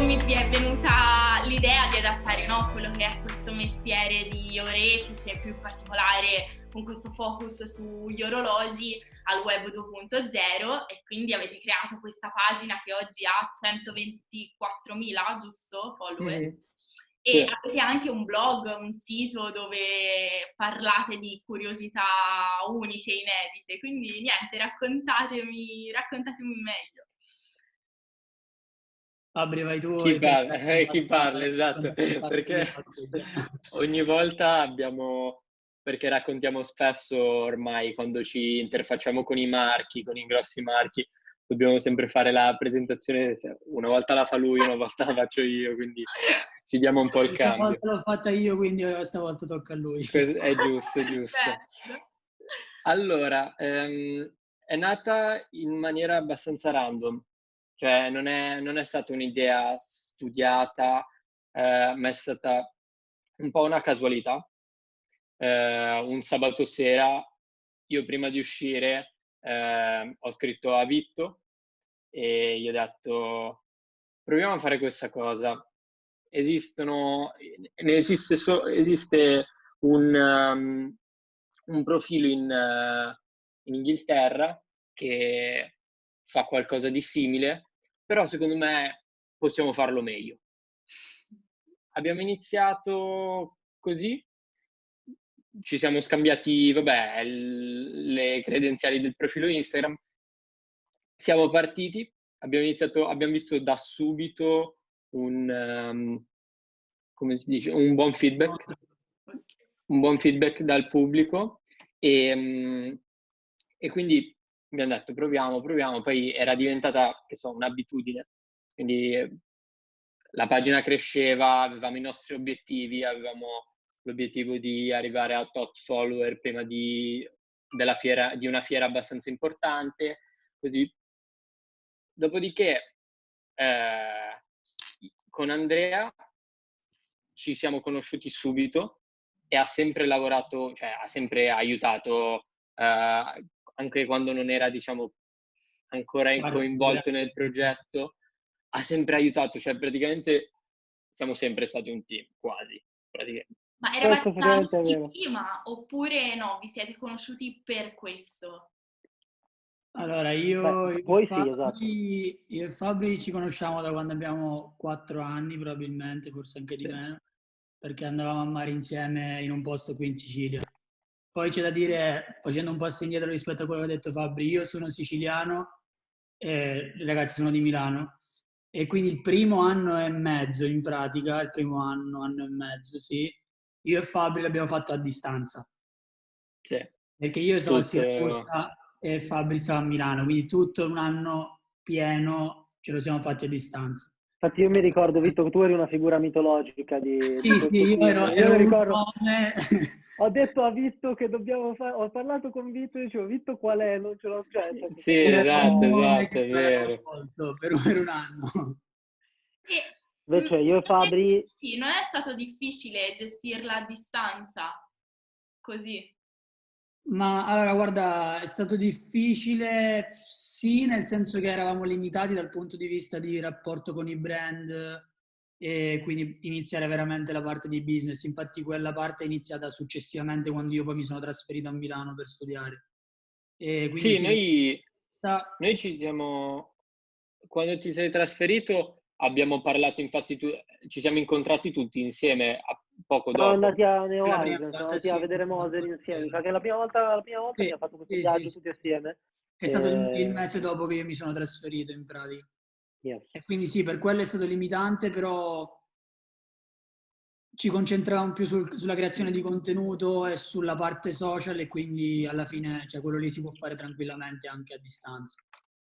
mi è venuta l'idea di adattare, no, quello che è questo mestiere di orefice, più in particolare con questo focus sugli orologi, al web 2.0, e quindi avete creato questa pagina che oggi ha 124.000, giusto, follower? Mm-hmm. E Sì. avete anche un blog, un sito dove parlate di curiosità uniche, inedite, quindi niente, raccontatemi meglio. Fabri, vai tu. Chi parla, esatto, perché ogni volta perché raccontiamo spesso ormai quando ci interfacciamo con i marchi, con i grossi marchi, dobbiamo sempre fare la presentazione, una volta la fa lui, una volta la faccio io, quindi ci diamo un po' il cambio. Una volta l'ho fatta io, quindi stavolta tocca a lui. È giusto, è giusto. Allora, è nata in maniera abbastanza random, cioè non è stata un'idea studiata, ma è stata un po' una casualità. Un sabato sera, io prima di uscire ho scritto a Vitto e gli ho detto proviamo a fare questa cosa. Esiste un profilo in Inghilterra che fa qualcosa di simile, però secondo me possiamo farlo meglio. Abbiamo iniziato così, ci siamo scambiati, le credenziali del profilo Instagram, siamo partiti, abbiamo visto da subito come si dice, un buon feedback dal pubblico e quindi abbiamo detto proviamo, poi era diventata, un'abitudine, quindi la pagina cresceva, avevamo i nostri obiettivi, avevamo l'obiettivo di arrivare a tot follower prima di una fiera abbastanza importante, così. Dopodiché con Andrea ci siamo conosciuti subito e ha sempre lavorato, cioè ha sempre aiutato, anche quando non era, ancora coinvolto nel progetto, ha sempre aiutato, cioè praticamente siamo sempre stati un team, quasi, praticamente. Ma eravate amici prima oppure no? Vi siete conosciuti per questo? Allora, io e Fabri ci conosciamo da quando abbiamo 4 anni, probabilmente, forse anche di meno, perché andavamo a mare insieme in un posto qui in Sicilia. Poi c'è da dire, facendo un passo indietro rispetto a quello che ha detto Fabri, io sono siciliano e i ragazzi sono di Milano, e quindi il primo anno e mezzo, in pratica, anno e mezzo, sì, io e Fabri l'abbiamo fatto a distanza. Sì. Perché io stavo a Siracusa e Fabri stava a Milano, quindi tutto un anno pieno ce lo siamo fatti a distanza. Infatti io mi ricordo, Vitto, che tu eri una figura mitologica di Sì, io ero ricordo. nome. Ho detto a Vitto che dobbiamo fare, ho parlato con Vitto e dicevo, Vitto qual è? Non ce l'ho, sì, esatto, è vero. Per un anno. Invece io e Fabri... Sì, non è stato difficile gestirla a distanza, così? Ma allora, guarda, è stato difficile, sì, nel senso che eravamo limitati dal punto di vista di rapporto con i brand e quindi iniziare veramente la parte di business. Infatti quella parte è iniziata successivamente quando io poi mi sono trasferito a Milano per studiare. E quindi sì, noi ci siamo... Quando ti sei trasferito abbiamo parlato, infatti ci siamo incontrati tutti insieme poco dopo. Siamo andati a Neoise, siamo andati a vedere Moser insieme, perché la prima volta abbiamo fatto questo viaggio tutti assieme. È stato il mese dopo che io mi sono trasferito, in pratica. Yes. E quindi sì, per quello è stato limitante, però ci concentravamo più sulla creazione di contenuto e sulla parte social, e quindi alla fine, cioè, quello lì si può fare tranquillamente anche a distanza.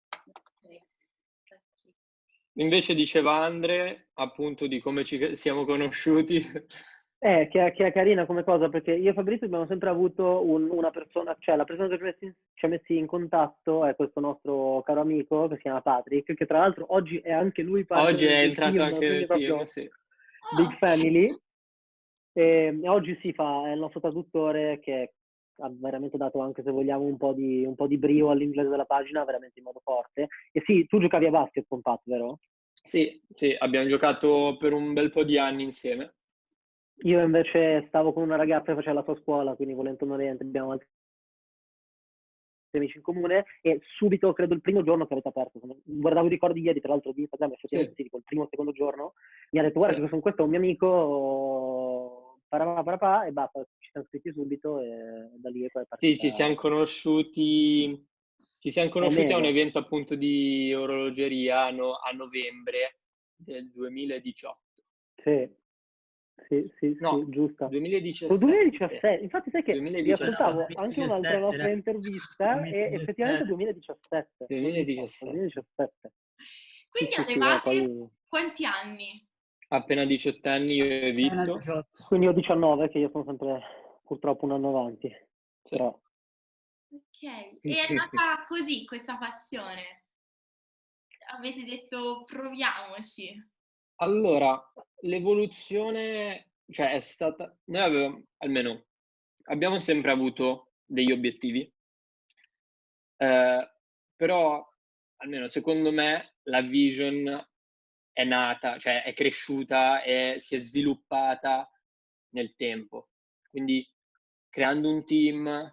Invece diceva Andre, appunto, di come ci siamo conosciuti. Che è carina come cosa, perché io e Fabrizio abbiamo sempre avuto una persona, cioè la persona che ci ha messi in contatto è questo nostro caro amico che si chiama Patrick, che tra l'altro oggi è anche lui parte oggi è del entrato team, anche nel team, sì. Big Family. E oggi è il nostro traduttore che ha veramente dato, anche se vogliamo, un po' di brio all'inglese della pagina, veramente in modo forte. E sì, tu giocavi a basket con Pat, vero? Sì, abbiamo giocato per un bel po' di anni insieme. Io invece stavo con una ragazza che faceva la sua scuola, quindi volente o nolente abbiamo altri amici in comune, e subito, credo il primo giorno che avete aperto, guardavo i ricordi ieri tra l'altro di Instagram, effettivamente Sì, sì, dico il primo o secondo giorno, mi ha detto guarda sì. che sono questo è un mio amico, parapà, e basta, ci siamo scritti subito e da lì è poi è Sì, partita. ci siamo conosciuti a un mese. evento appunto di orologeria a novembre del 2018. Sì, No, giusta. Sul 2017. 2017, infatti sai che 2017. riascoltavo anche un'altra 2017, nostra intervista e effettivamente 2017, non 18, 2017. 2017. Quindi Sì, avevate poi... quanti anni? Appena 18 anni io e appena Vitto. 18. Quindi ho 19, che io sono sempre purtroppo un anno avanti. Sì. Però... Ok, e è nata così questa passione? Avete detto proviamoci. Allora, l'evoluzione, cioè è stata... Noi abbiamo sempre avuto degli obiettivi, però almeno secondo me la vision è nata, cioè è cresciuta e si è sviluppata nel tempo. Quindi creando un team,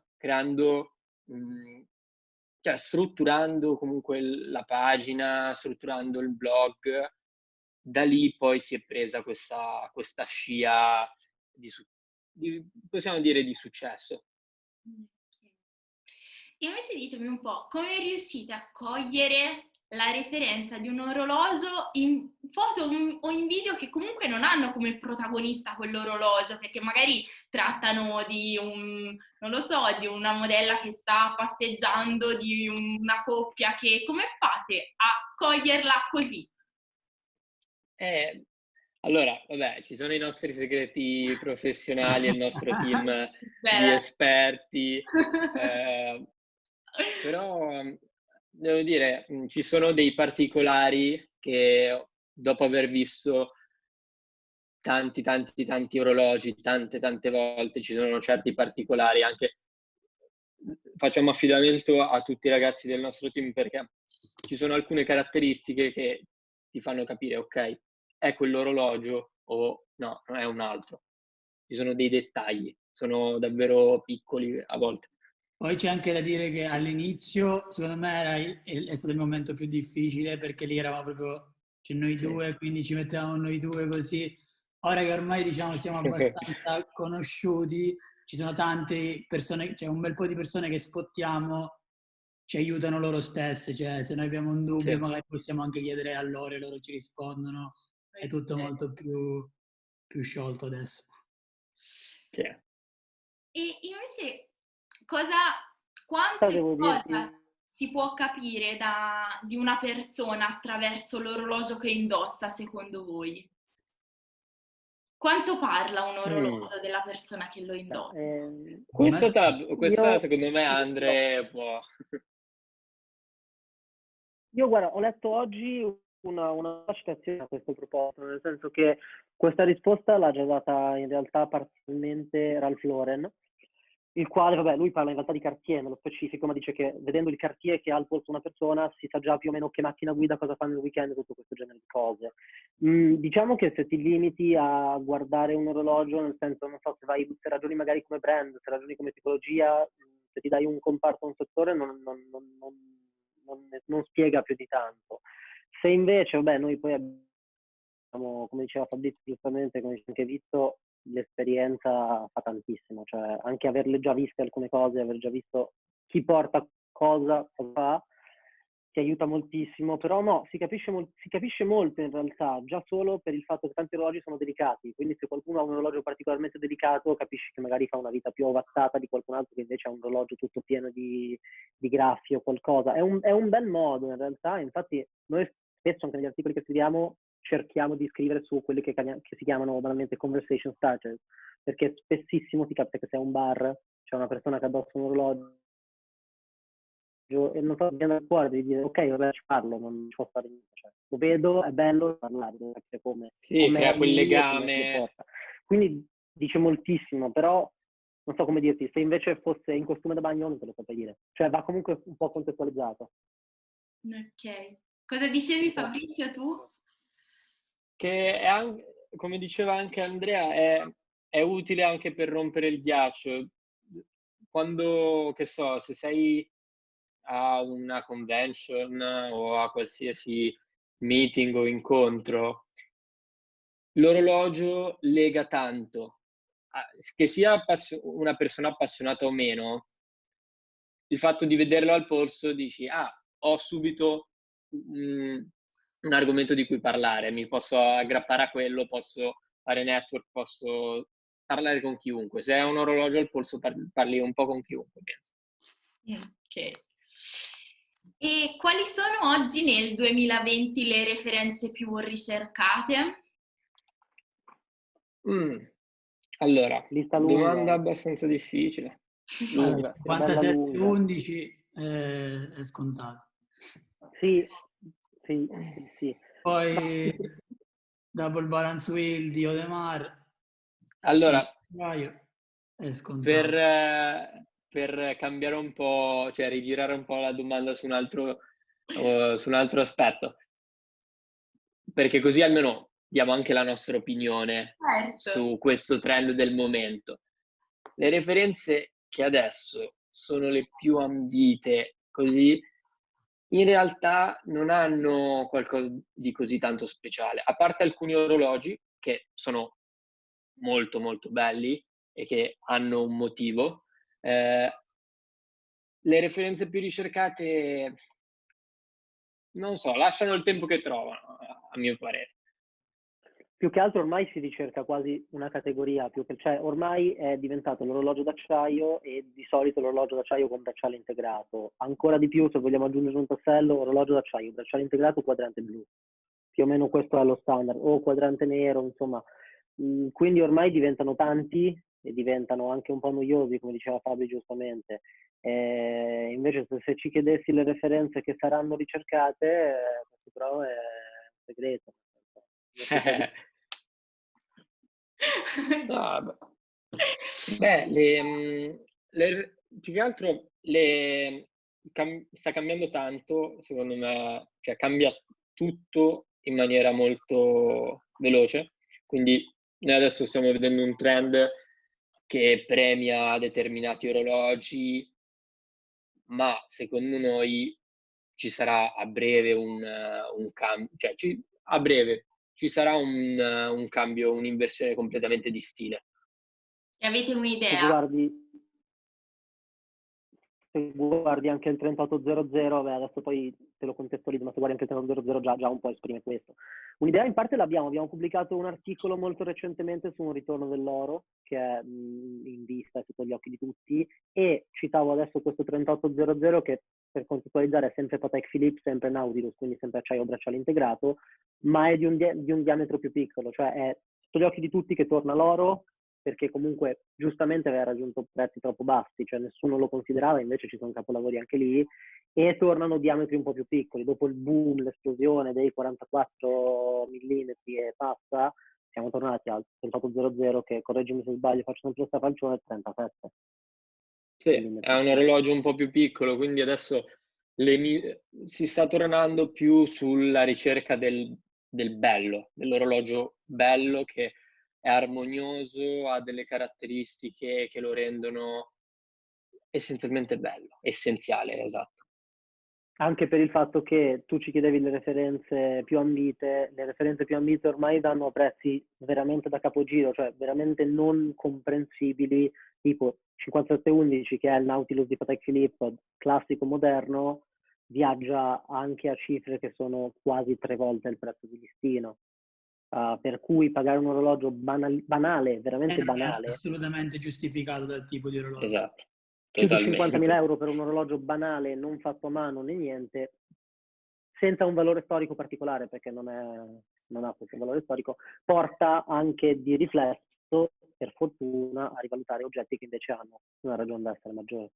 cioè strutturando comunque la pagina, strutturando il blog, da lì poi si è presa questa scia possiamo dire di successo. E invece ditemi un po', come riuscite a cogliere la referenza di un orologio in foto o in video che comunque non hanno come protagonista quell'orologio, perché magari trattano di non lo so, di una modella che sta passeggiando, di una coppia che... Come fate a coglierla così? Allora, vabbè, ci sono i nostri segreti professionali e il nostro team di Bella. esperti, però devo dire, ci sono dei particolari che dopo aver visto tanti orologi, tante volte, ci sono certi particolari anche. Facciamo affidamento a tutti i ragazzi del nostro team perché ci sono alcune caratteristiche che ti fanno capire, ok, è quell'orologio o no, non è un altro. Ci sono dei dettagli, sono davvero piccoli a volte. Poi c'è anche da dire che all'inizio, secondo me, è stato il momento più difficile perché lì eravamo proprio, cioè noi Sì. due, quindi ci mettevamo noi due così. Ora che ormai diciamo siamo abbastanza conosciuti, ci sono tante persone, cioè un bel po' di persone che spottiamo, ci aiutano loro stesse, cioè se noi abbiamo un dubbio Sì. magari possiamo anche chiedere a loro e loro ci rispondono. È tutto molto più sciolto adesso. Sì. E invece quanto e Devo cosa dirti, si può capire di una persona attraverso l'orologio che indossa, secondo voi? Quanto parla un orologio della persona che lo indossa? Questa io secondo me Andre può... Io guarda, ho letto oggi una citazione a questo proposito, nel senso che questa risposta l'ha già data in realtà parzialmente Ralph Lauren, il quale, vabbè, lui parla in realtà di Cartier nello specifico, ma dice che vedendo il Cartier che ha al polso una persona si sa già più o meno che macchina guida, cosa fa nel weekend e tutto questo genere di cose. Diciamo che se ti limiti a guardare un orologio, nel senso, non so, se ragioni magari come brand, se ragioni come tipologia, se ti dai un comparto, un settore, non spiega più di tanto. Se invece, vabbè, noi poi abbiamo, come diceva Fabrizio giustamente, come dice anche Vitto, l'esperienza fa tantissimo, cioè anche averle già viste alcune cose, aver già visto chi porta cosa fa, ti aiuta moltissimo, però no, si capisce molto in realtà, già solo per il fatto che tanti orologi sono delicati, quindi se qualcuno ha un orologio particolarmente delicato capisci che magari fa una vita più ovattata di qualcun altro che invece ha un orologio tutto pieno di graffi o qualcosa. È un bel modo in realtà, infatti noi spesso anche negli articoli che scriviamo cerchiamo di scrivere su quelli che si chiamano banalmente conversation starters, perché spessissimo ti capita che sei a un bar, c'è una persona che addossa un orologio e non so, mi viene dal cuore di dire ok, vabbè, ci parlo, non ci posso fare niente, cioè, lo vedo, è bello parlare, devo capire Sì, come crea è quel lui e come lo legame. porta. Quindi dice moltissimo, però non so come dirti, se invece fosse in costume da bagno non te lo saprei dire, cioè va comunque un po' contestualizzato. Ok. Cosa dicevi Fabrizio tu? che è come diceva anche Andrea, è utile anche per rompere il ghiaccio. Quando, che so, se sei a una convention o a qualsiasi meeting o incontro, l'orologio lega tanto. Che sia una persona appassionata o meno, il fatto di vederlo al polso dici: "Ah, ho subito un argomento di cui parlare, mi posso aggrappare a quello, posso fare network, posso parlare con chiunque." Se hai un orologio al polso parli un po' con chiunque, penso. Ok. E quali sono oggi nel 2020 le referenze più ricercate? Allora, Lista domanda lunga. abbastanza difficile. Lunga. Bella lunga. 57-11 è scontato. Sì. Poi Double Balance Wheel di Audemars, Allora, è scontato. per cambiare un po', cioè rigirare un po' la domanda su un altro aspetto, perché così almeno diamo anche la nostra opinione Certo. su questo trend del momento. Le referenze che adesso sono le più ambite, così, in realtà non hanno qualcosa di così tanto speciale, a parte alcuni orologi che sono molto, molto belli e che hanno un motivo. Le referenze più ricercate, non so, lasciano il tempo che trovano, a mio parere. Più che altro ormai si ricerca quasi una categoria, cioè ormai è diventato l'orologio d'acciaio e di solito l'orologio d'acciaio con bracciale integrato. Ancora di più, se vogliamo aggiungere un tassello, orologio d'acciaio, bracciale integrato, quadrante blu. Più o meno questo è lo standard, o quadrante nero, insomma. Quindi ormai diventano tanti e diventano anche un po' noiosi, come diceva Fabio giustamente. Invece se ci chiedessi le referenze che saranno ricercate, questo però è un segreto. No, più che altro sta cambiando tanto, secondo me, cioè cambia tutto in maniera molto veloce, quindi noi adesso stiamo vedendo un trend che premia determinati orologi, ma secondo noi ci sarà a breve un cambio, cioè a breve ci sarà un cambio, un'inversione completamente di stile. E avete Se un'idea? guardi anche il 3800, adesso poi te lo contestualizzo, ma se guardi anche il 3800 già un po' esprime questo. Un'idea in parte l'abbiamo, abbiamo pubblicato un articolo molto recentemente su un ritorno dell'oro, che è in vista e sotto gli occhi di tutti, e citavo adesso questo 3800 che per contestualizzare è sempre Patek Philippe, sempre Nautilus, quindi sempre acciaio bracciale integrato, ma è di un diametro più piccolo, cioè è sotto gli occhi di tutti che torna l'oro, perché comunque giustamente aveva raggiunto prezzi troppo bassi, cioè nessuno lo considerava, invece ci sono capolavori anche lì, e tornano diametri un po' più piccoli. Dopo il boom, l'esplosione dei 44 mm e passa, siamo tornati al 3800 che, correggimi se sbaglio, faccio sempre questa falcione, 37. Sì, è un orologio un po' più piccolo, quindi adesso si sta tornando più sulla ricerca del bello, dell'orologio bello che è armonioso, ha delle caratteristiche che lo rendono essenzialmente bello, essenziale, esatto. Anche per il fatto che tu ci chiedevi le referenze più ambite ormai danno prezzi veramente da capogiro, cioè veramente non comprensibili, tipo 5711 che è il Nautilus di Patek Philippe, classico moderno, viaggia anche a cifre che sono quasi 3 volte il prezzo di listino. Per cui pagare un orologio banale, veramente non è banale, assolutamente giustificato dal tipo di orologio. Esatto, più di totalmente. 50.000 euro per un orologio banale, non fatto a mano né niente, senza un valore storico particolare, perché non ha questo valore storico, porta anche di riflesso, per fortuna, a rivalutare oggetti che invece hanno una ragione d'essere maggiore.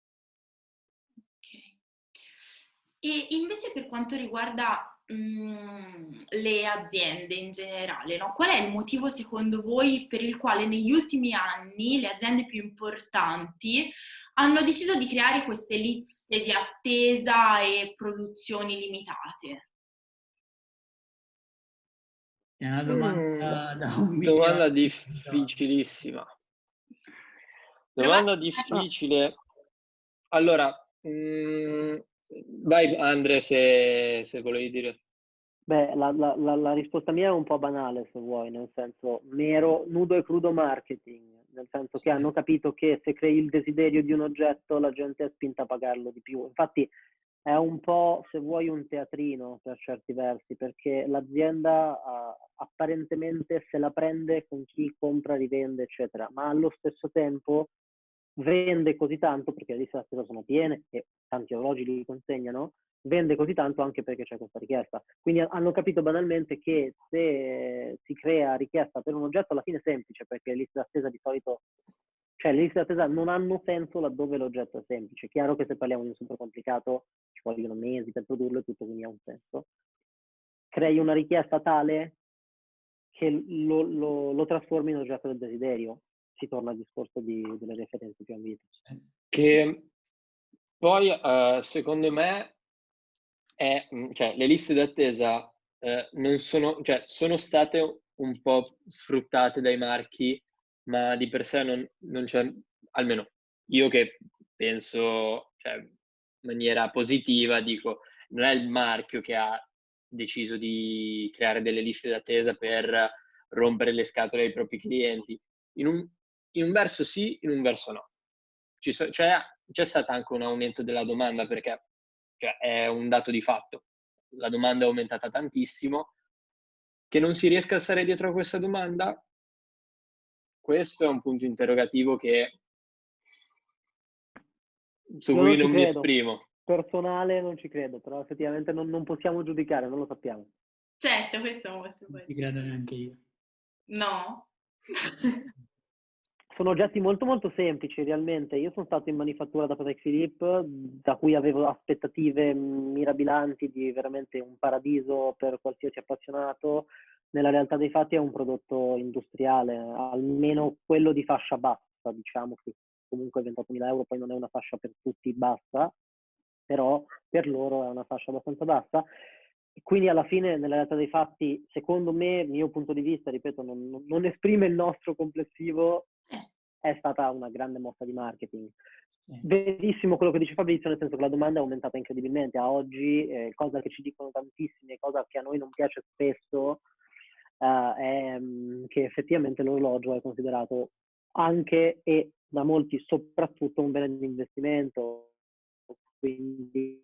Ok. E invece per quanto riguarda le aziende in generale, no? Qual è il motivo secondo voi per il quale negli ultimi anni le aziende più importanti hanno deciso di creare queste liste di attesa e produzioni limitate? È una domanda da 1 Domanda milione di dollari. difficilissima. Provate Domanda difficile. Allora, vai Andre se volevi dire. Beh, la risposta mia è un po' banale, se vuoi, nel senso nudo e crudo marketing, nel senso che hanno capito che se crei il desiderio di un oggetto la gente è spinta a pagarlo di più. Infatti è un po', se vuoi, un teatrino per certi versi, perché l'azienda apparentemente se la prende con chi compra, rivende, eccetera, ma allo stesso tempo vende così tanto, perché le liste d'attesa sono piene e tanti orologi li consegnano, vende così tanto anche perché c'è questa richiesta. Quindi hanno capito banalmente che se si crea richiesta per un oggetto alla fine è semplice, perché le liste d'attesa di solito, cioè le liste d'attesa non hanno senso laddove l'oggetto è semplice. È chiaro che se parliamo di un super complicato ci vogliono mesi per produrlo e tutto, quindi ha un senso. Crei una richiesta tale che lo trasformi in oggetto del desiderio. Si torna al discorso delle referenze più ambite. Che poi, secondo me, cioè, le liste d'attesa non sono, cioè, sono state un po' sfruttate dai marchi, ma di per sé non c'è, almeno io che penso, cioè, in maniera positiva, dico, non è il marchio che ha deciso di creare delle liste d'attesa per rompere le scatole ai propri clienti. In un verso sì, in un verso no. C'è stato anche un aumento della domanda perché, cioè, è un dato di fatto. La domanda è aumentata tantissimo. Che non si riesca a stare dietro a questa domanda, questo è un punto interrogativo su Io cui non ci non mi credo. esprimo. Personale non ci credo, però effettivamente non possiamo giudicare, non lo sappiamo. Certo, questo è molto Non bello. ci credo neanche io. No? Sono oggetti molto molto semplici realmente. Io sono stato in manifattura da Patek Philippe, da cui avevo aspettative mirabilanti di veramente un paradiso per qualsiasi appassionato. Nella realtà dei fatti è un prodotto industriale, almeno quello di fascia bassa, diciamo che comunque 28.000 euro poi non è una fascia per tutti bassa, però per loro è una fascia abbastanza bassa. Quindi alla fine, nella realtà dei fatti, secondo me, mio punto di vista, ripeto, non esprime il nostro complessivo, è stata una grande mossa di marketing. Verissimo quello che dice Fabrizio, nel senso che la domanda è aumentata incredibilmente. A oggi, cosa che ci dicono tantissimi, cosa che a noi non piace spesso, è che effettivamente l'orologio è considerato anche e da molti soprattutto un bene di investimento. Quindi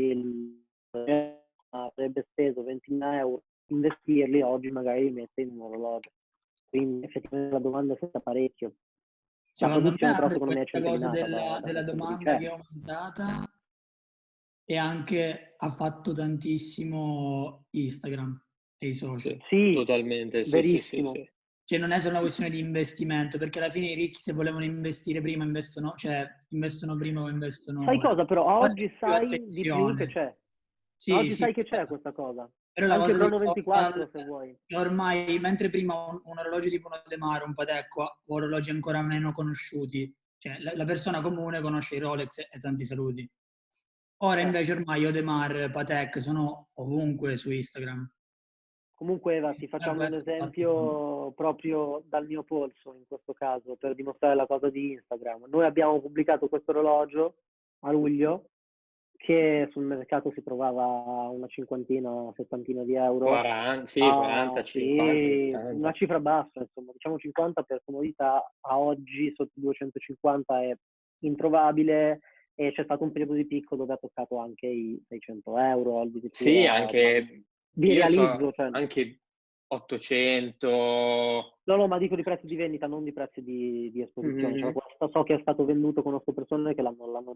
avrebbe speso 20.000 euro, investirli oggi magari li mette in un orologio. Quindi effettivamente la domanda è stata parecchio. La Secondo me, produzione però Andre, secondo me è questa cosa centellinata della da quel punto di domanda vista. che è aumentata e anche ha fatto tantissimo Instagram e i social. Sì, Totalmente, sì. verissimo. Cioè non è solo una questione di investimento, perché alla fine i ricchi se volevano investire prima investono prima o investono Sai ora. cosa però? Oggi Oggi è più sai di più che attenzione. c'è. Sì, Oggi sì, sai che c'è questa cosa. però la Anche cosa dei Chrono 24 social se vuoi. è ormai, mentre prima un orologio tipo un Audemars, un Patek, o orologi ancora meno conosciuti, cioè la persona comune conosce i Rolex e tanti saluti. Ora invece ormai Audemars, Patek sono ovunque su Instagram. Comunque Eva, ti facciamo un Questo ha fatto- esempio proprio dal mio polso in questo caso per dimostrare la cosa di Instagram. Noi abbiamo pubblicato questo orologio a luglio che sul mercato si trovava a una cinquantina, settantina di euro. 40, sì, 40, 50, Sì, una 70. cifra bassa, insomma, diciamo 50 per comodità, a oggi sotto i 250 è introvabile e c'è stato un periodo di picco dove ha toccato anche i 600 euro, Sì, addirittura anche, di io realizzo. so, Cioè, anche 800. no, ma dico di prezzi di vendita, non di prezzi di esposizione. Cioè, Mhm. questo so che è stato venduto, conosco persone che l'hanno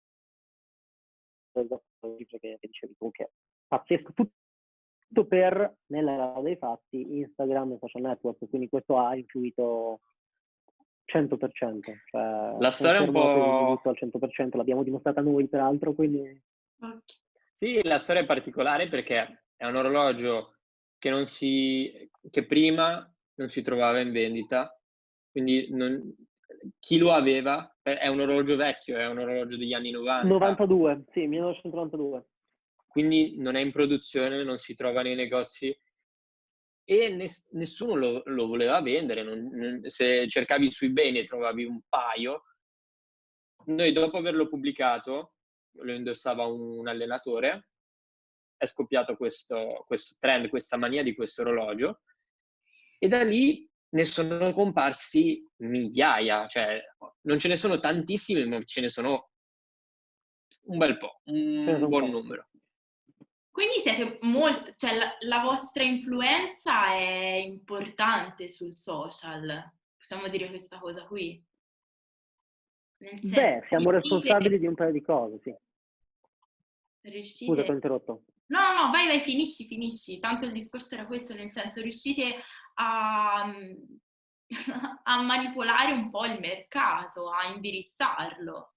preso, che dicevi tu, che è pazzesco. Tutto per, nella realtà dei fatti, Instagram e social network, quindi questo ha influito 100%, cioè La storia è un confermo la tesi di po'. Vito al 100%, l'abbiamo dimostrata noi peraltro, quindi. Ok. Sì, la storia è particolare perché è un orologio che prima non si trovava in vendita, quindi chi lo aveva, è un orologio vecchio, è un orologio degli anni 90, 92, sì, 1992. quindi non è in produzione, non si trova nei negozi. e nessuno lo voleva vendere. Se cercavi su eBay ne trovavi un paio. Noi dopo averlo pubblicato, lo indossava un allenatore, è scoppiato questo trend, questa mania di questo orologio, e da lì ne sono comparsi migliaia, cioè non ce ne sono tantissimi, ma ce ne sono un bel po', un buon numero. Quindi siete molto, cioè la vostra influenza è importante sul social, possiamo dire questa cosa qui? Nel senso, siamo responsabili di un paio di cose, sì. Scusa, ti ho interrotto. No, vai, finisci. Tanto il discorso era questo, nel senso, riuscite a manipolare un po' il mercato, a indirizzarlo.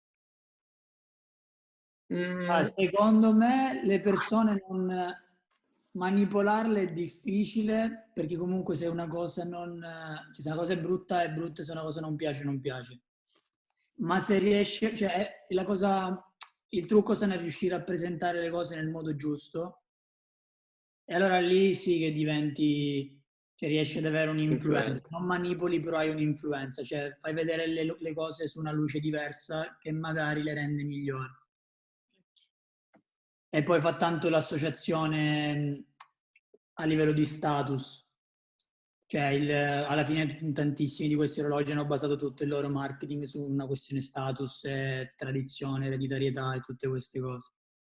Secondo me le persone manipolarle è difficile, perché comunque se una cosa se una cosa è brutta, se una cosa non piace. Ma se riesce, cioè il trucco sta nel riuscire a presentare le cose nel modo giusto, e allora lì sì che diventi, cioè riesci ad avere un'influenza. Non manipoli, però hai un'influenza, cioè fai vedere le cose su una luce diversa che magari le rende migliori. E poi fa tanto l'associazione a livello di status. Cioè alla fine tantissimi di questi orologi hanno basato tutto il loro marketing su una questione status, tradizione, ereditarietà e tutte queste cose.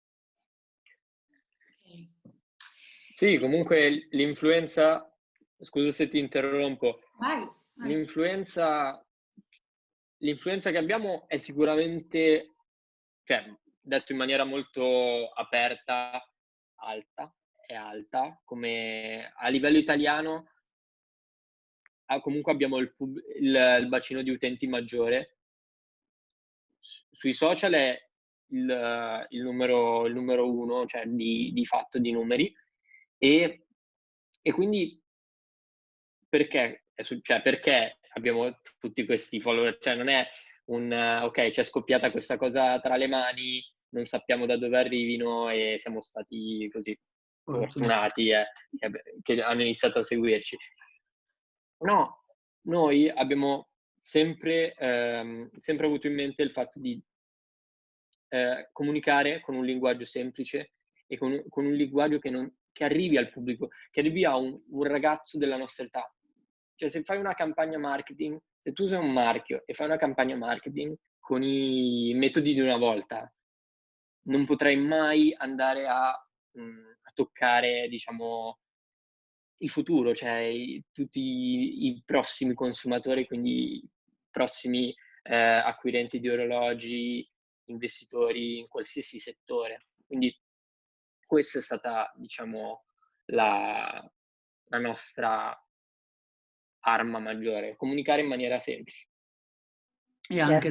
Sì, comunque l'influenza, scusa se ti interrompo, Vai. L'influenza che abbiamo è sicuramente, cioè, detto in maniera molto aperta, è alta, come a livello italiano comunque abbiamo il bacino di utenti maggiore. Sui social è il numero uno, cioè di fatto di numeri, e quindi perché abbiamo tutti questi follower? Cioè non è ok, ci è scoppiata questa cosa tra le mani, non sappiamo da dove arrivino e siamo stati così fortunati che hanno iniziato a seguirci. No, noi abbiamo sempre avuto in mente il fatto di comunicare con un linguaggio semplice e con un linguaggio che arrivi al pubblico, che arrivi a un ragazzo della nostra età. Cioè se fai una campagna marketing, se tu sei un marchio e fai una campagna marketing con i metodi di una volta, non potrai mai andare a toccare, diciamo, il futuro, cioè tutti i prossimi consumatori, quindi i prossimi acquirenti di orologi, investitori in qualsiasi settore. Quindi questa è stata, diciamo, la nostra arma maggiore, comunicare in maniera semplice. E anche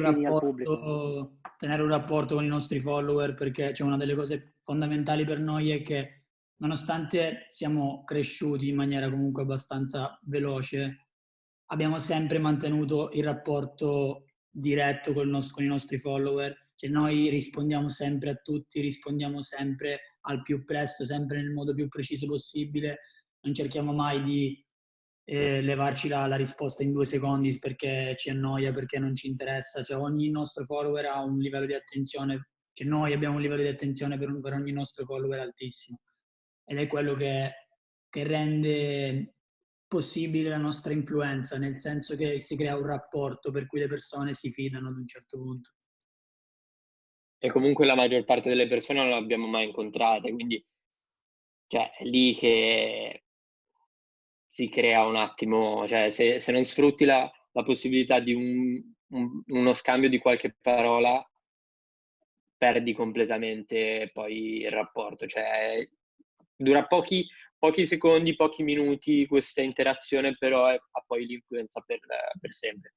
tenere un rapporto con i nostri follower, perché una delle cose fondamentali per noi è che, nonostante siamo cresciuti in maniera comunque abbastanza veloce, abbiamo sempre mantenuto il rapporto diretto con i nostri follower. Cioè noi rispondiamo sempre a tutti, rispondiamo sempre al più presto, sempre nel modo più preciso possibile, non cerchiamo mai di levarci la risposta in 2 secondi perché ci annoia, perché non ci interessa. Cioè ogni nostro follower ha un livello di attenzione, cioè noi abbiamo un livello di attenzione per ogni nostro follower altissimo, ed è quello che rende possibile la nostra influenza, nel senso che si crea un rapporto per cui le persone si fidano ad un certo punto. E comunque la maggior parte delle persone non l'abbiamo mai incontrate, quindi cioè, è lì che si crea un attimo, cioè se non sfrutti la possibilità di uno scambio di qualche parola, perdi completamente poi il rapporto. Cioè dura pochi secondi, pochi minuti questa interazione, però ha poi l'influenza per sempre.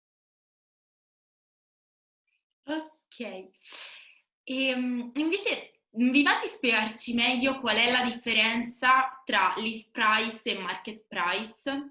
Ok. Invece vi va di spiegarci meglio qual è la differenza tra list price e market price?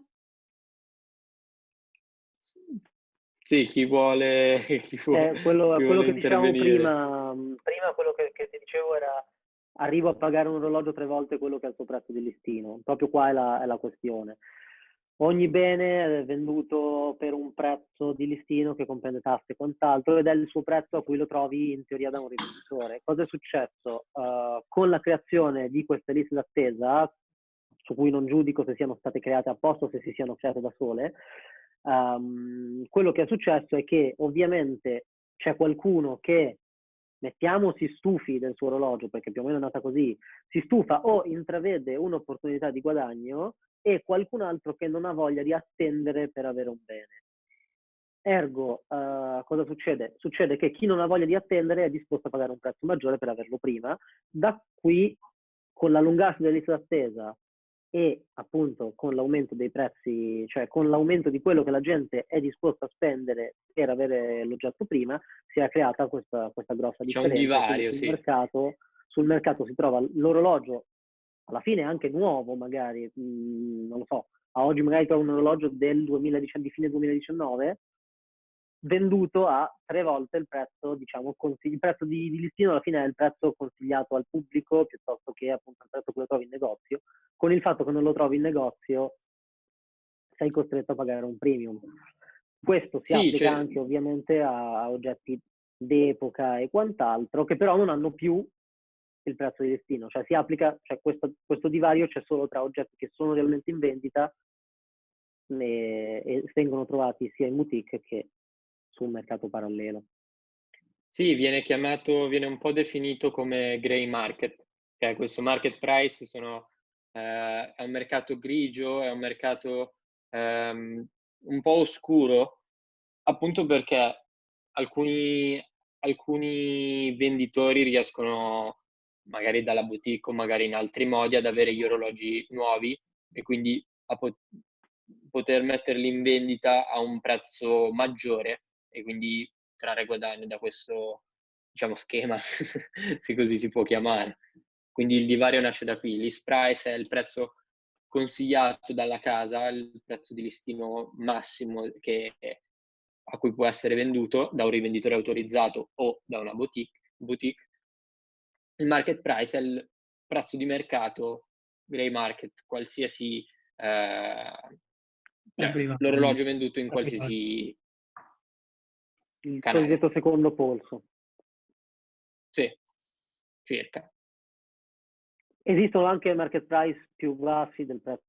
Sì, chi vuole quello che dicevamo intervenire. prima quello che ti dicevo era arrivo a pagare un orologio 3 volte quello che è il suo prezzo di listino. Proprio qua è la questione. Ogni bene è venduto per un prezzo di listino che comprende tasse e quant'altro, ed è il suo prezzo a cui lo trovi in teoria da un rivenditore. Cosa è successo? Con la creazione di queste liste d'attesa, su cui non giudico se siano state create apposta o se si siano create da sole, quello che è successo è che ovviamente c'è qualcuno che, mettiamo, si stufi del suo orologio, perché più o meno è andata così, si stufa o intravede un'opportunità di guadagno, e qualcun altro che non ha voglia di attendere per avere un bene. Ergo, cosa succede? Succede che chi non ha voglia di attendere è disposto a pagare un prezzo maggiore per averlo prima. Da qui, con l'allungarsi della lista d'attesa e appunto con l'aumento dei prezzi, cioè con l'aumento di quello che la gente è disposta a spendere per avere l'oggetto prima, si è creata questa grossa C'è un differenza. divario, Sul sì. sul mercato si trova l'orologio, alla fine anche nuovo magari, non lo so, a oggi magari trovo un orologio del 2019, di fine 2019, venduto a 3 volte il prezzo, diciamo, il prezzo di listino alla fine è il prezzo consigliato al pubblico, piuttosto che appunto il prezzo che lo trovi in negozio. Con il fatto che non lo trovi in negozio, sei costretto a pagare un premium. Questo si Sì, applica anche ovviamente a oggetti d'epoca e quant'altro, che però non hanno più il prezzo di listino, cioè si applica, cioè questo divario c'è solo tra oggetti che sono realmente in vendita e vengono trovati sia in boutique che su un mercato parallelo. Sì, viene un po' definito come grey market, che è questo market price, è un mercato grigio, è un mercato un po' oscuro, appunto perché alcuni venditori riescono, magari dalla boutique o magari in altri modi, ad avere gli orologi nuovi e quindi a poter metterli in vendita a un prezzo maggiore e quindi trarre guadagno da questo, diciamo, schema, se così si può chiamare. Quindi il divario nasce da qui. List price è il prezzo consigliato dalla casa, il prezzo di listino massimo a cui può essere venduto da un rivenditore autorizzato o da una boutique. Il market price è il prezzo di mercato, grey market, qualsiasi l'orologio venduto in qualsiasi il canale. cosiddetto secondo polso. Sì, circa. Esistono anche market price più bassi del prezzo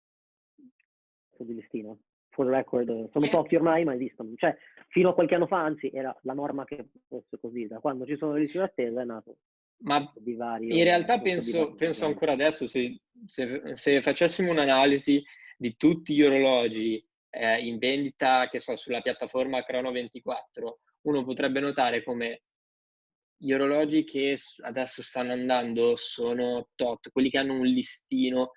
di listino. For the record, sono pochi ormai, ma esistono. Cioè, fino a qualche anno fa, anzi, era la norma che fosse così. Da quando ci sono le liste d'attesa è nato Ma divario. in realtà penso ancora adesso, se facessimo un'analisi di tutti gli orologi in vendita, che so, sulla piattaforma Crono24, uno potrebbe notare come gli orologi che adesso stanno andando sono tot, quelli che hanno un listino,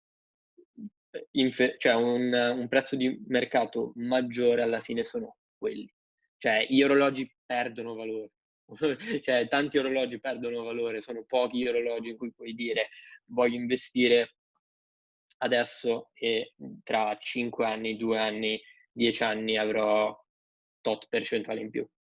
cioè un prezzo di mercato maggiore, alla fine sono quelli. Cioè gli orologi perdono valore. Cioè tanti orologi perdono valore, sono pochi gli orologi in cui puoi dire voglio investire adesso e tra 5 anni, 2 anni, 10 anni avrò tot percentuale in più.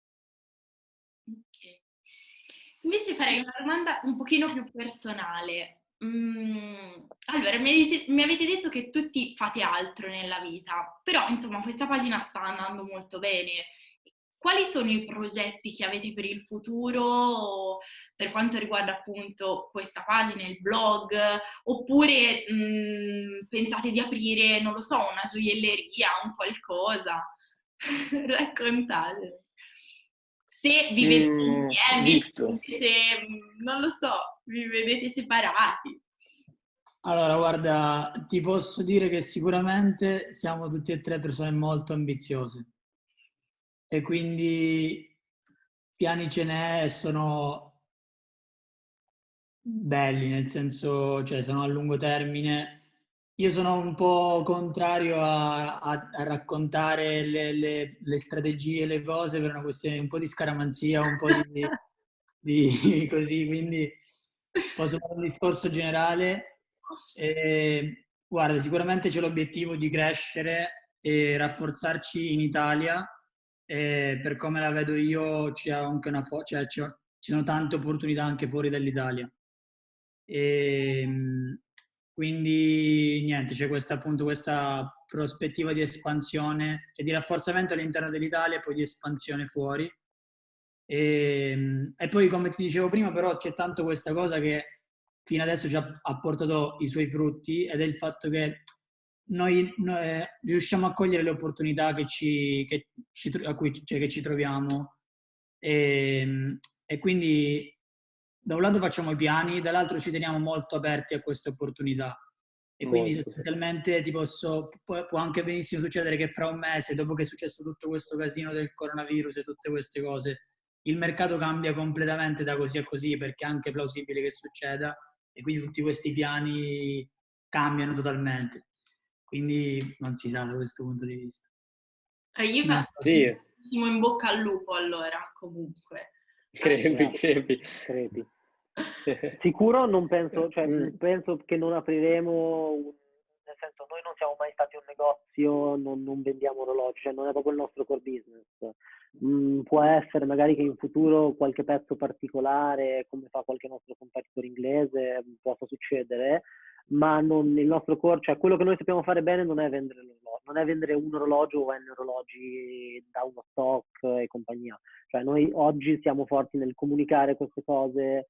Ok. Invece farei una domanda un pochino più personale. Allora, mi avete detto che tutti fate altro nella vita, però insomma questa pagina sta andando molto bene. Quali sono i progetti che avete per il futuro per quanto riguarda appunto questa pagina, il blog, oppure pensate di aprire, non lo so, una gioielleria, un qualcosa? Raccontate. Se vi vedete insieme, se, non lo so, vi vedete separati. Allora, guarda, ti posso dire che sicuramente siamo tutti e tre persone molto ambiziose e quindi piani ce n'è e sono belli, nel senso, cioè sono a lungo termine. Io sono un po' contrario a raccontare le strategie, le cose per una questione un po' di scaramanzia, un po' di così, quindi posso fare un discorso generale. Guarda, sicuramente c'è l'obiettivo di crescere e rafforzarci in Italia. Per come la vedo io c'è anche ci sono tante opportunità anche fuori dall'Italia. E quindi niente, c'è questa prospettiva di espansione, cioè di rafforzamento all'interno dell'Italia e poi di espansione fuori. E poi, come ti dicevo prima, però c'è tanto questa cosa che fino adesso ha portato i suoi frutti, ed è il fatto che noi riusciamo a cogliere le opportunità che ci troviamo, e quindi da un lato facciamo i piani, dall'altro ci teniamo molto aperti a queste opportunità. E quindi Molto, sì. sostanzialmente può anche benissimo succedere che fra un mese, dopo che è successo tutto questo casino del coronavirus e tutte queste cose, il mercato cambia completamente da così a così, perché è anche plausibile che succeda, e quindi tutti questi piani cambiano totalmente. Quindi non si sa da questo punto di vista. Io Non faccio so Sì, in bocca al lupo allora, comunque. crepi. Sicuro non penso, cioè penso che non apriremo, nel senso, noi non siamo mai stati un negozio, non vendiamo orologi, cioè non è proprio il nostro core business. Può essere magari che in futuro qualche pezzo particolare, come fa qualche nostro competitor inglese, possa succedere, ma il nostro core, cioè quello che noi sappiamo fare bene non è vendere l'orologio, non è vendere un orologio o N orologi da uno stock e compagnia. Cioè noi oggi siamo forti nel comunicare queste cose.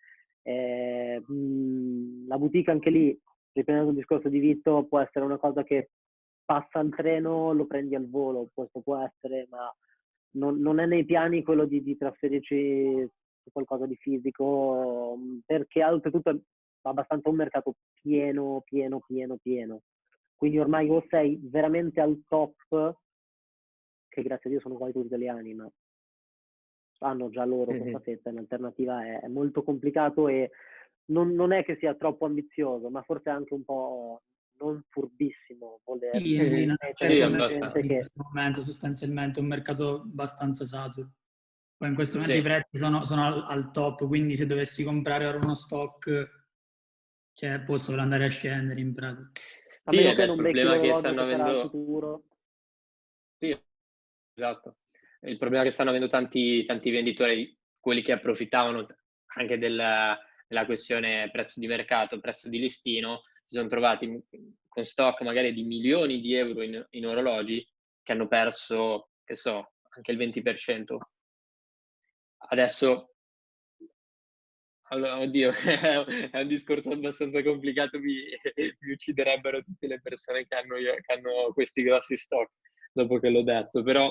La boutique anche lì, riprendendo il discorso di Vitto, può essere una cosa che passa il treno, lo prendi al volo, questo può essere, ma non è nei piani quello di trasferirci su qualcosa di fisico, perché oltretutto è abbastanza un mercato pieno. Quindi ormai o sei veramente al top, che grazie a Dio sono quasi tutti italiani, ma hanno già loro questa fetta, l'alternativa è molto complicato, e non è che sia troppo ambizioso, ma forse anche un po' non furbissimo voler sì, Sì, gente in che... questo momento sostanzialmente è un mercato abbastanza saturo. Poi in questo momento Sì. i prezzi sono al top, quindi se dovessi comprare ora uno stock, cioè, può solo andare a scendere in pratica. A Sì, meno ed che è il non becchi problema che l'orologio stanno che sarà al avendo. futuro. Sì, esatto. Il problema che stanno avendo tanti venditori, quelli che approfittavano anche della questione prezzo di mercato, prezzo di listino, si sono trovati con stock magari di milioni di euro in orologi che hanno perso, che so, anche il 20%. Adesso, allora, oddio, è un discorso abbastanza complicato, mi ucciderebbero tutte le persone che hanno questi grossi stock dopo che l'ho detto, però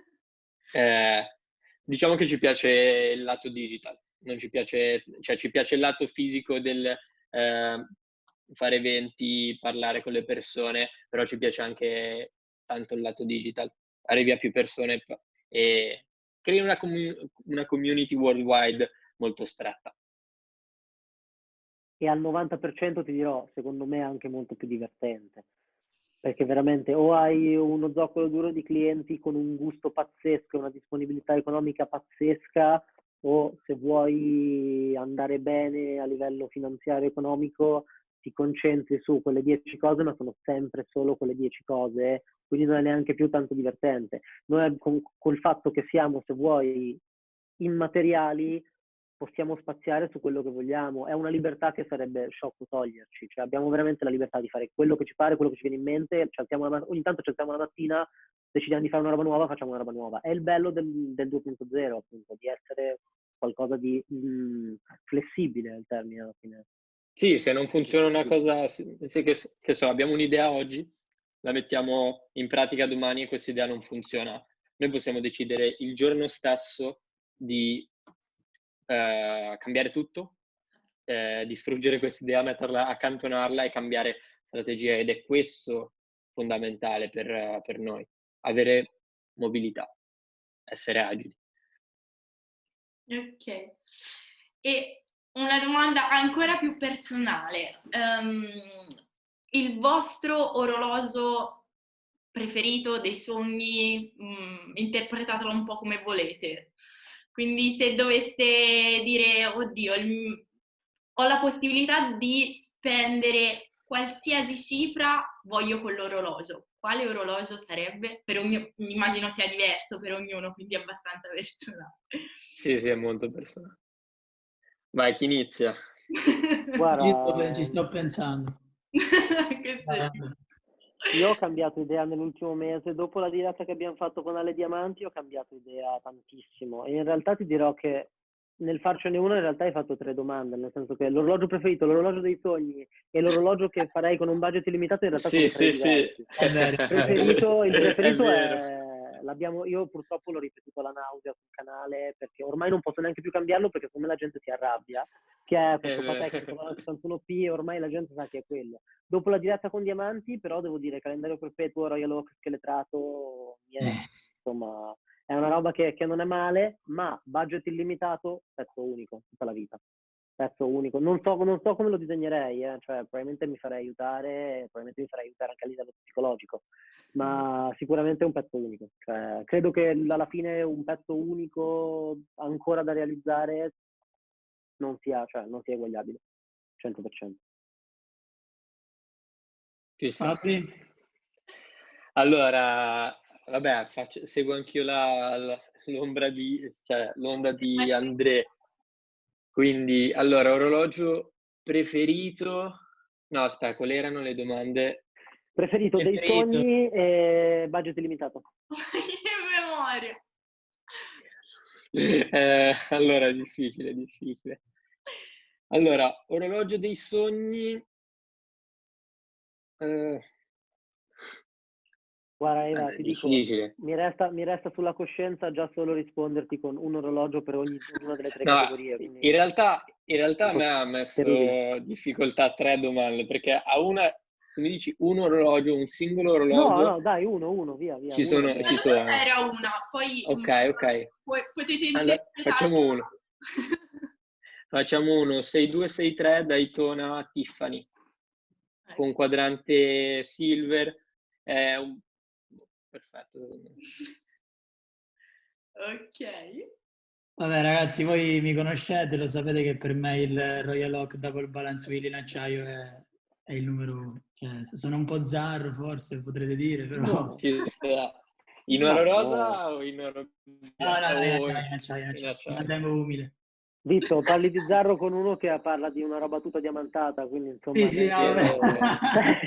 diciamo che ci piace il lato digital, non ci piace, cioè ci piace il lato fisico del fare eventi, parlare con le persone, però ci piace anche tanto il lato digital. Arrivi a più persone e crei una community worldwide molto stretta. E al 90% ti dirò, secondo me è anche molto più divertente, perché veramente o hai uno zoccolo duro di clienti con un gusto pazzesco, una disponibilità economica pazzesca, o se vuoi andare bene a livello finanziario economico ti concentri su quelle 10 cose, ma sono sempre solo quelle 10 cose, quindi non è neanche più tanto divertente. Noi col fatto che siamo, se vuoi, immateriali, possiamo spaziare su quello che vogliamo. È una libertà che sarebbe sciocco toglierci, cioè abbiamo veramente la libertà di fare quello che ci pare, quello che ci viene in mente, ogni tanto ci alziamo la mattina, decidiamo di fare una roba nuova, facciamo una roba nuova. È il bello del 2.0, appunto, di essere qualcosa di flessibile al termine alla fine. Sì, se non funziona una cosa, che so, abbiamo un'idea oggi, la mettiamo in pratica domani e questa idea non funziona. Noi possiamo decidere il giorno stesso di cambiare tutto, distruggere questa idea, metterla, accantonarla e cambiare strategia, ed è questo fondamentale per noi, avere mobilità, essere agili. Ok. E una domanda ancora più personale. Il vostro orologio preferito, dei sogni, interpretatelo un po' come volete. Quindi se doveste dire, oddio, ho la possibilità di spendere qualsiasi cifra, voglio quell'orologio. Quale orologio sarebbe? Immagino sia diverso per ognuno, quindi abbastanza personale. Sì, è molto personale. Vai, chi inizia? Guarda, Ci sto pensando. Questo sì. io ho cambiato idea nell'ultimo mese, dopo la diretta che abbiamo fatto con Ale Diamanti ho cambiato idea tantissimo e in realtà ti dirò che nel farcene una in realtà hai fatto 3 domande, nel senso che l'orologio preferito, l'orologio dei sogni e l'orologio che farei con un budget illimitato in realtà sono Sì, tre sì, sì, diversi. È vero. Il è preferito vero. io purtroppo l'ho ripetuto alla nausea sul canale perché ormai non posso neanche più cambiarlo perché secondo me la gente si arrabbia, che è questo Patek che va al 71p e ormai la gente sa che è quello. Dopo la diretta con Diamanti, però devo dire calendario perpetuo, Royal Oak scheletrato, insomma, è una roba che non è male, ma budget illimitato, pezzo unico, tutta la vita. Pezzo unico. Non so come lo disegnerei, cioè probabilmente mi farei aiutare, probabilmente mi farei aiutare anche a livello psicologico, ma sicuramente è un pezzo unico. Cioè, credo che alla fine un pezzo unico ancora da realizzare non sia eguagliabile, 100%. Ci sta. Fabri? Allora, vabbè, seguo anch'io l'ombra di André. Quindi, allora, orologio preferito... No, aspetta, quali erano le domande? Preferito dei Preferito? sogni e budget illimitato. Che memoria! Allora, difficile. Allora, orologio dei sogni... Guarda Eva, è ti dico, difficile. mi resta sulla coscienza già solo risponderti con un orologio per ognuna delle 3 No, categorie. Quindi in realtà a me ha terribile. messo difficoltà 3 domande, perché a una, se mi dici un orologio, un singolo orologio, No, dai, uno, via, ci uno va sono, bene. ci sono. Era una, poi Ok. potete Allora, interpretarla. facciamo uno. Facciamo uno 6263 Daytona Tiffany con quadrante silver. È perfetto, secondo me. Ok. Vabbè ragazzi, voi mi conoscete, lo sapete che per me il Royal Oak Double Balance Wheel in acciaio è il numero uno. Cioè, sono un po' zarro forse, potrete dire, però... No, Ci sta. In oro no. rosa o in oro No, o in acciaio, in mi acciaio? mantengo umile. Vitto, parli di Zarro con uno che parla di una roba tutta diamantata, quindi Sì, insomma sì, no, neanche... vabbè.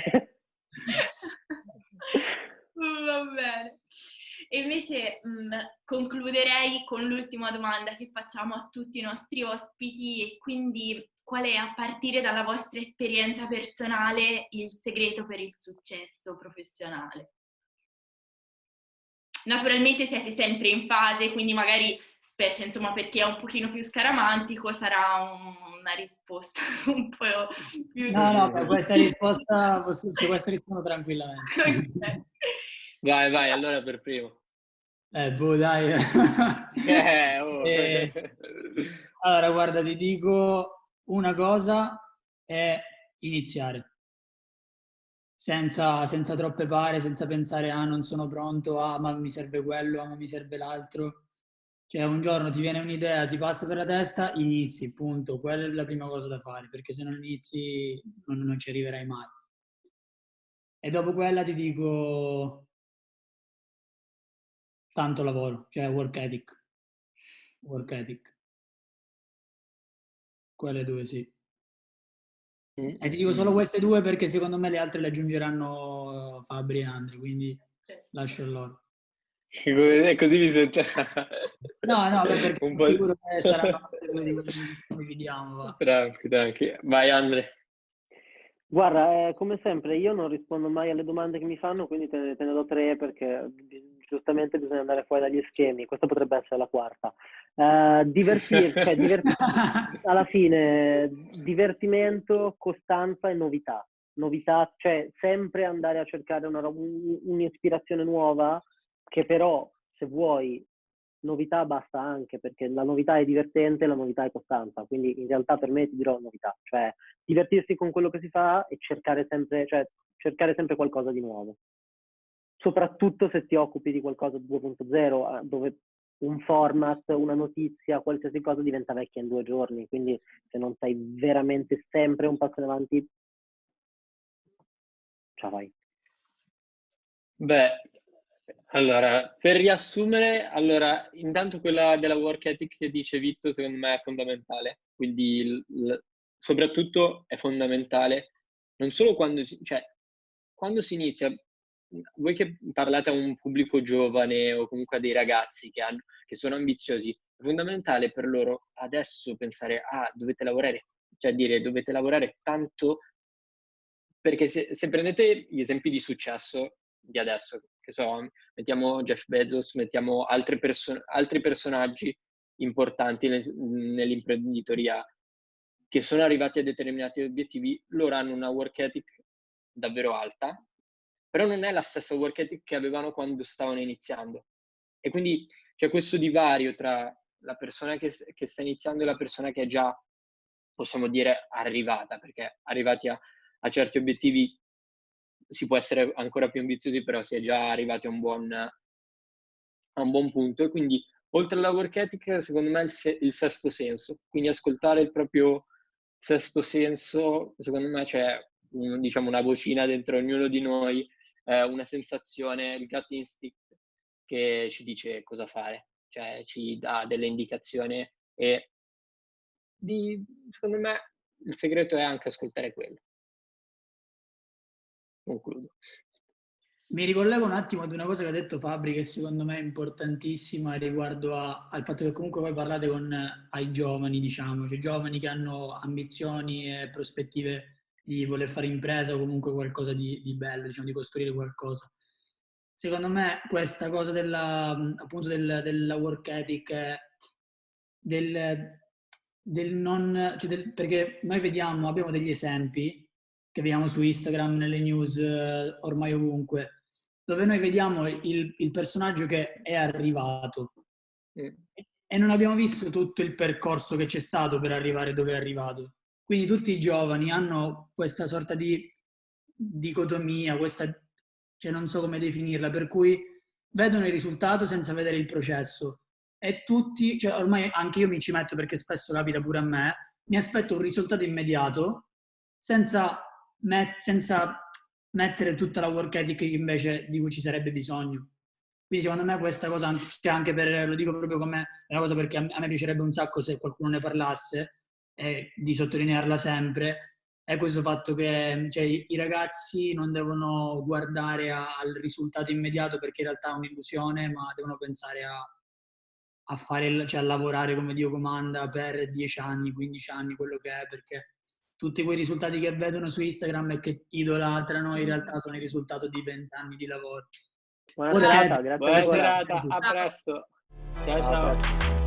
Va bene. E invece concluderei con l'ultima domanda che facciamo a tutti i nostri ospiti e quindi qual è, a partire dalla vostra esperienza personale, il segreto per il successo professionale? Naturalmente siete sempre in fase, quindi magari, specie insomma perché è un pochino più scaramantico, sarà una risposta un po' più... No, per questa risposta, questa rispondo tranquillamente. Okay. Vai, allora per primo. Dai. Oh. Allora, guarda, ti dico una cosa, è iniziare. Senza troppe pare, senza pensare, ah, non sono pronto, ah, ma mi serve quello, ah, ma mi serve l'altro. Cioè, un giorno ti viene un'idea, ti passa per la testa, inizi, punto. Quella è la prima cosa da fare, perché se non inizi non ci arriverai mai. E dopo quella ti dico tanto lavoro, cioè work ethic. Work ethic. Quelle due sì. E ti dico solo queste due perché secondo me le altre le aggiungeranno Fabri e Andri, quindi lascio a loro. Così mi sento No, perché un sono po'... sicuro che saranno altre due di quelle che condividiamo. Va. Tranqui. Vai Andre. Guarda, come sempre, io non rispondo mai alle domande che mi fanno, quindi te ne do 3 perché giustamente bisogna andare fuori dagli schemi. Questa potrebbe essere la quarta. Alla fine, divertimento, costanza e novità. Novità, cioè sempre andare a cercare un'ispirazione nuova, che però, se vuoi, novità basta anche, perché la novità è divertente, la novità è costanza. Quindi in realtà per me ti dirò novità, cioè divertirsi con quello che si fa e cercare sempre qualcosa di nuovo. Soprattutto se ti occupi di qualcosa di 2.0, dove un format, una notizia, qualsiasi cosa diventa vecchia in 2 giorni. Quindi se non sei veramente sempre un passo in avanti, ciao vai. Beh, allora, per riassumere, intanto quella della work ethic che dice Vitto, secondo me è fondamentale. Quindi soprattutto è fondamentale, non solo quando si inizia, voi che parlate a un pubblico giovane o comunque a dei ragazzi che sono ambiziosi, è fondamentale per loro adesso pensare, dovete lavorare, cioè dire dovete lavorare tanto, perché se prendete gli esempi di successo di adesso, che so, mettiamo Jeff Bezos, mettiamo altri personaggi importanti nell'imprenditoria che sono arrivati a determinati obiettivi, loro hanno una work ethic davvero alta, però non è la stessa work ethic che avevano quando stavano iniziando. E quindi c'è questo divario tra la persona che sta iniziando e la persona che è già, possiamo dire, arrivata, perché arrivati a certi obiettivi si può essere ancora più ambiziosi, però si è già arrivati a un buon punto. E quindi, oltre alla work ethic, secondo me il sesto senso, quindi ascoltare il proprio sesto senso, secondo me c'è diciamo una vocina dentro ognuno di noi, una sensazione, il gut instinct, che ci dice cosa fare, cioè ci dà delle indicazioni, e secondo me il segreto è anche ascoltare quello. Concludo. Mi ricollego un attimo ad una cosa che ha detto Fabri, che secondo me è importantissima riguardo al fatto che comunque voi parlate ai giovani, diciamo, cioè giovani che hanno ambizioni e prospettive di voler fare impresa o comunque qualcosa di bello, diciamo, di costruire qualcosa. Secondo me questa cosa appunto della work ethic, perché noi abbiamo degli esempi che vediamo su Instagram, nelle news, ormai ovunque, dove noi vediamo il personaggio che è arrivato e non abbiamo visto tutto il percorso che c'è stato per arrivare dove è arrivato. Quindi tutti i giovani hanno questa sorta di dicotomia, cioè non so come definirla, per cui vedono il risultato senza vedere il processo. E tutti, cioè ormai anche io mi ci metto, perché spesso capita pure a me, mi aspetto un risultato immediato senza mettere tutta la work ethic invece di cui ci sarebbe bisogno. Quindi secondo me questa cosa, anche lo dico proprio come è una cosa, perché a me piacerebbe un sacco se qualcuno ne parlasse, e di sottolinearla sempre, è questo fatto che, cioè, i ragazzi non devono guardare al risultato immediato, perché in realtà è un'illusione, ma devono pensare a fare, cioè a lavorare come Dio comanda per 10 anni, 15 anni, quello che è, perché tutti quei risultati che vedono su Instagram e che idolatrano in realtà sono il risultato di 20 anni di lavoro. Buona serata, grazie. Buona serata, a presto. Ciao.